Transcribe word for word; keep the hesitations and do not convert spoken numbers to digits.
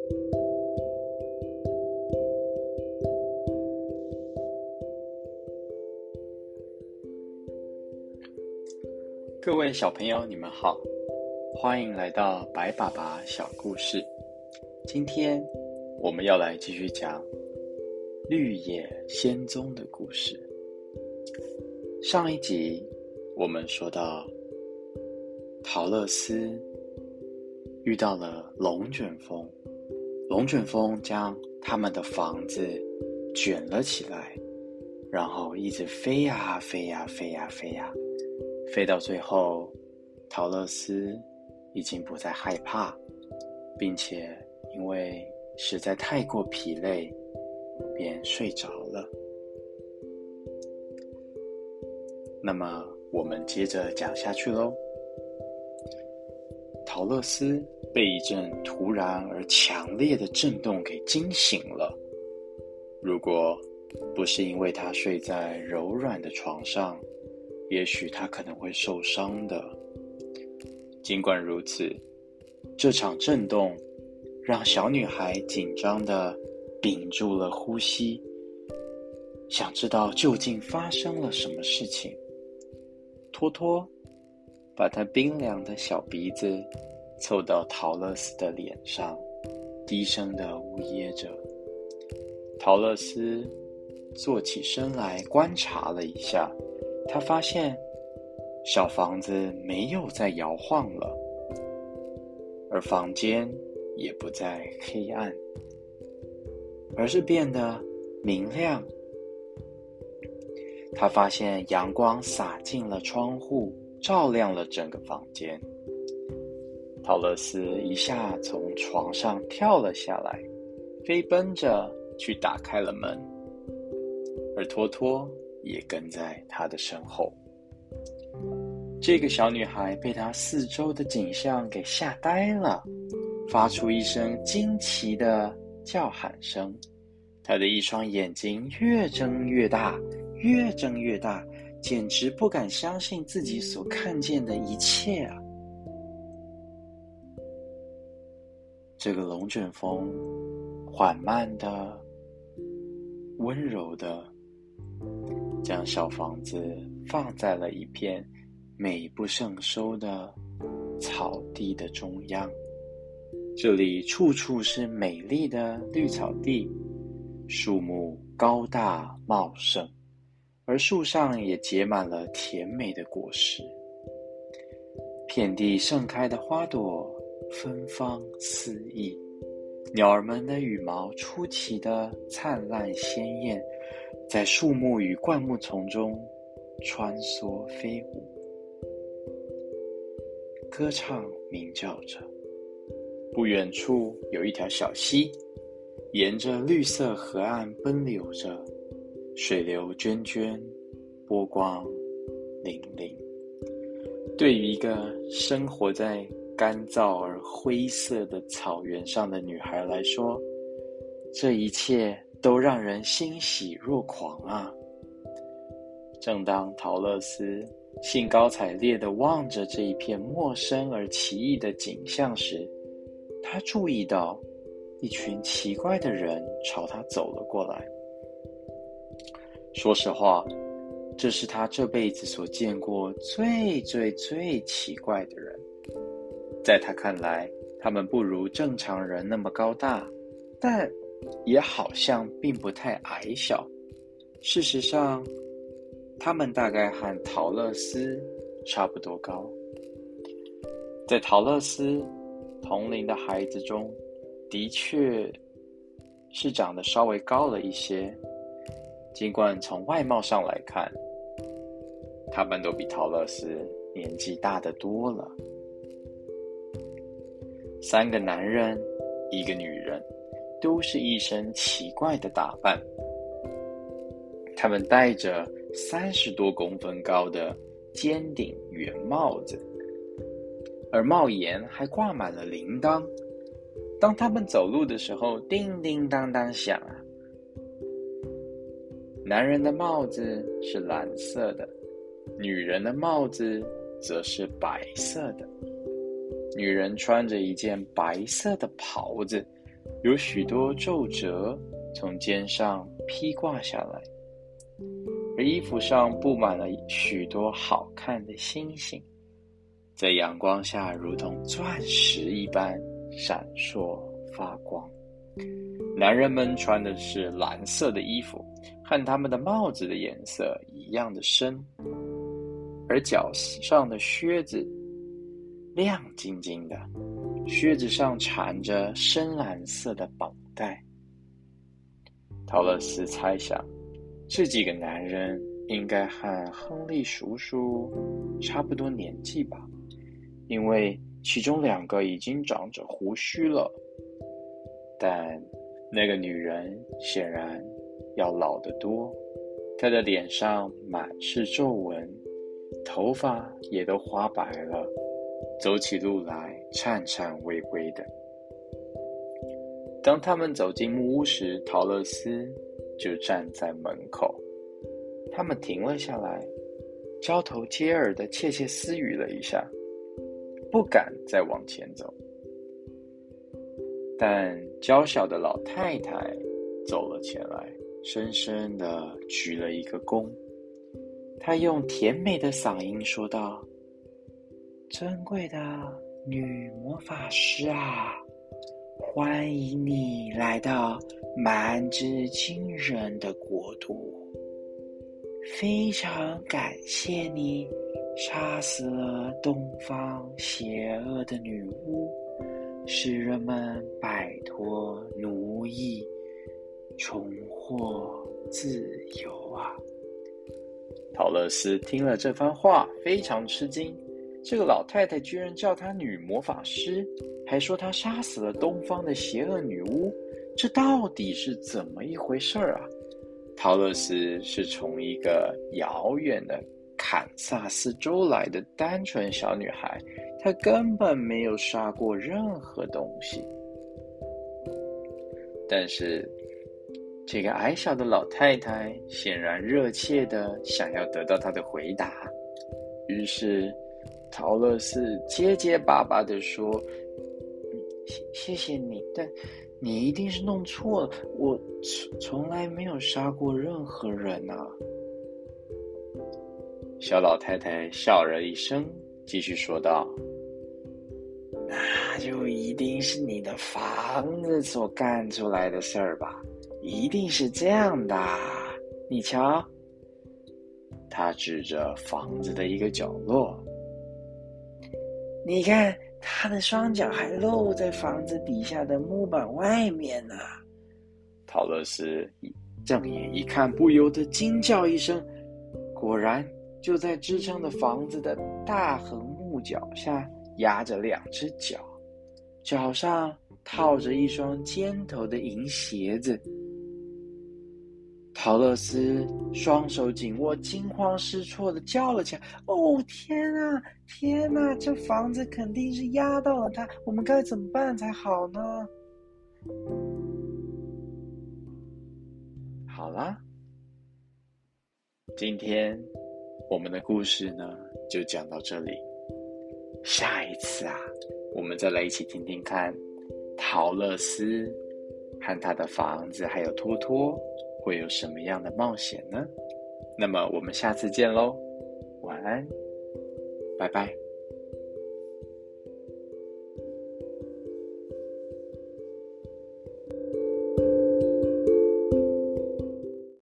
各位小朋友，你们好，欢迎来到白爸爸小故事。今天我们要来继续讲绿野仙踪的故事。上一集我们说到，桃乐丝遇到了龙卷风，龙卷风将他们的房子卷了起来，然后一直飞呀飞呀飞呀飞呀，飞到最后，桃乐丝已经不再害怕，并且因为实在太过疲累，便睡着了。那么我们接着讲下去咯。桃乐丝被一阵突然而强烈的震动给惊醒了。如果不是因为她睡在柔软的床上，也许她可能会受伤的。尽管如此，这场震动让小女孩紧张地屏住了呼吸，想知道究竟发生了什么事情。托托把她冰凉的小鼻子凑到桃乐丝的脸上，低声地呜咽着。桃乐丝坐起身来观察了一下，她发现小房子没有再摇晃了，而房间也不再黑暗，而是变得明亮。她发现阳光洒进了窗户，照亮了整个房间。桃乐丝一下从床上跳了下来，飞奔着去打开了门，而托托也跟在她的身后。这个小女孩被她四周的景象给吓呆了，发出一声惊奇的叫喊声。她的一双眼睛越睁越大，越睁越大，简直不敢相信自己所看见的一切啊！这个龙卷风缓慢的、温柔的将小房子放在了一片美不胜收的草地的中央。这里处处是美丽的绿草地，树木高大茂盛，而树上也结满了甜美的果实。遍地盛开的花朵芬芳四溢，鸟儿们的羽毛出奇的灿烂鲜艳，在树木与灌木丛中穿梭飞舞，歌唱鸣叫着。不远处有一条小溪，沿着绿色河岸奔流着，水流涓涓，波光粼粼。对于一个生活在干燥而灰色的草原上的女孩来说，这一切都让人欣喜若狂啊！正当桃乐丝兴高采烈地望着这一片陌生而奇异的景象时，她注意到一群奇怪的人朝她走了过来。说实话，这是她这辈子所见过最最最奇怪的人。在她看来，他们不如正常人那么高大，但也好像并不太矮小。事实上，他们大概和桃乐丝差不多高。在桃乐丝同龄的孩子中，的确是长得稍微高了一些，尽管从外貌上来看，他们都比桃乐丝年纪大得多了。三个男人，一个女人，都是一身奇怪的打扮。他们戴着三十多公分高的尖顶圆帽子，而帽檐还挂满了铃铛。当他们走路的时候，叮叮当当响啊。男人的帽子是蓝色的，女人的帽子则是白色的。女人穿着一件白色的袍子， 有许多皱褶从肩上披挂下来，而衣服上布满了许多好看的星星，在阳光下如同钻石一般闪烁发光。男人们穿的是蓝色的衣服，和他们的帽子的颜色一样的深，而脚上的靴子亮晶晶的，靴子上缠着深蓝色的绑带。陶乐斯猜想，这几个男人应该和亨利叔叔差不多年纪吧，因为其中两个已经长着胡须了，但那个女人显然要老得多，她的脸上满是皱纹，头发也都花白了，走起路来颤颤巍巍的。当他们走进木屋时，陶乐斯就站在门口。他们停了下来，交头接耳地窃窃私语了一下，不敢再往前走。但娇小的老太太走了前来，深深地鞠了一个躬。她用甜美的嗓音说道：“尊贵的女魔法师啊，欢迎你来到蛮之惊人的国度。非常感谢你杀死了东方邪恶的女巫，使人们摆脱奴役，重获自由啊！”陶乐斯听了这番话，非常吃惊。这个老太太居然叫她女魔法师，还说她杀死了东方的邪恶女巫，这到底是怎么一回事啊？陶乐斯是从一个遥远的堪萨斯州来的单纯小女孩，她根本没有杀过任何东西。但是这个矮小的老太太显然热切地想要得到她的回答，于是陶乐斯结结巴巴地说：“谢谢你，但你一定是弄错了，我从来没有杀过任何人啊。”小老太太笑了一声，继续说道：“那就一定是你的房子所干出来的事儿吧，一定是这样的。你瞧。”她指着房子的一个角落，你看，他的双脚还露在房子底下的木板外面呢。陶乐斯正眼一看，不由得惊叫一声，果然就在支撑的房子的大横木脚下压着两只脚，脚上套着一双尖头的银鞋子。陶乐斯双手紧握，惊慌失措地叫了起来：“哦，天啊，天啊，这房子肯定是压到了他，我们该怎么办才好呢？”好啦，今天我们的故事呢就讲到这里。下一次啊，我们再来一起听听看陶乐斯和他的房子还有托托会有什么样的冒险呢？那么我们下次见喽，晚安，拜拜。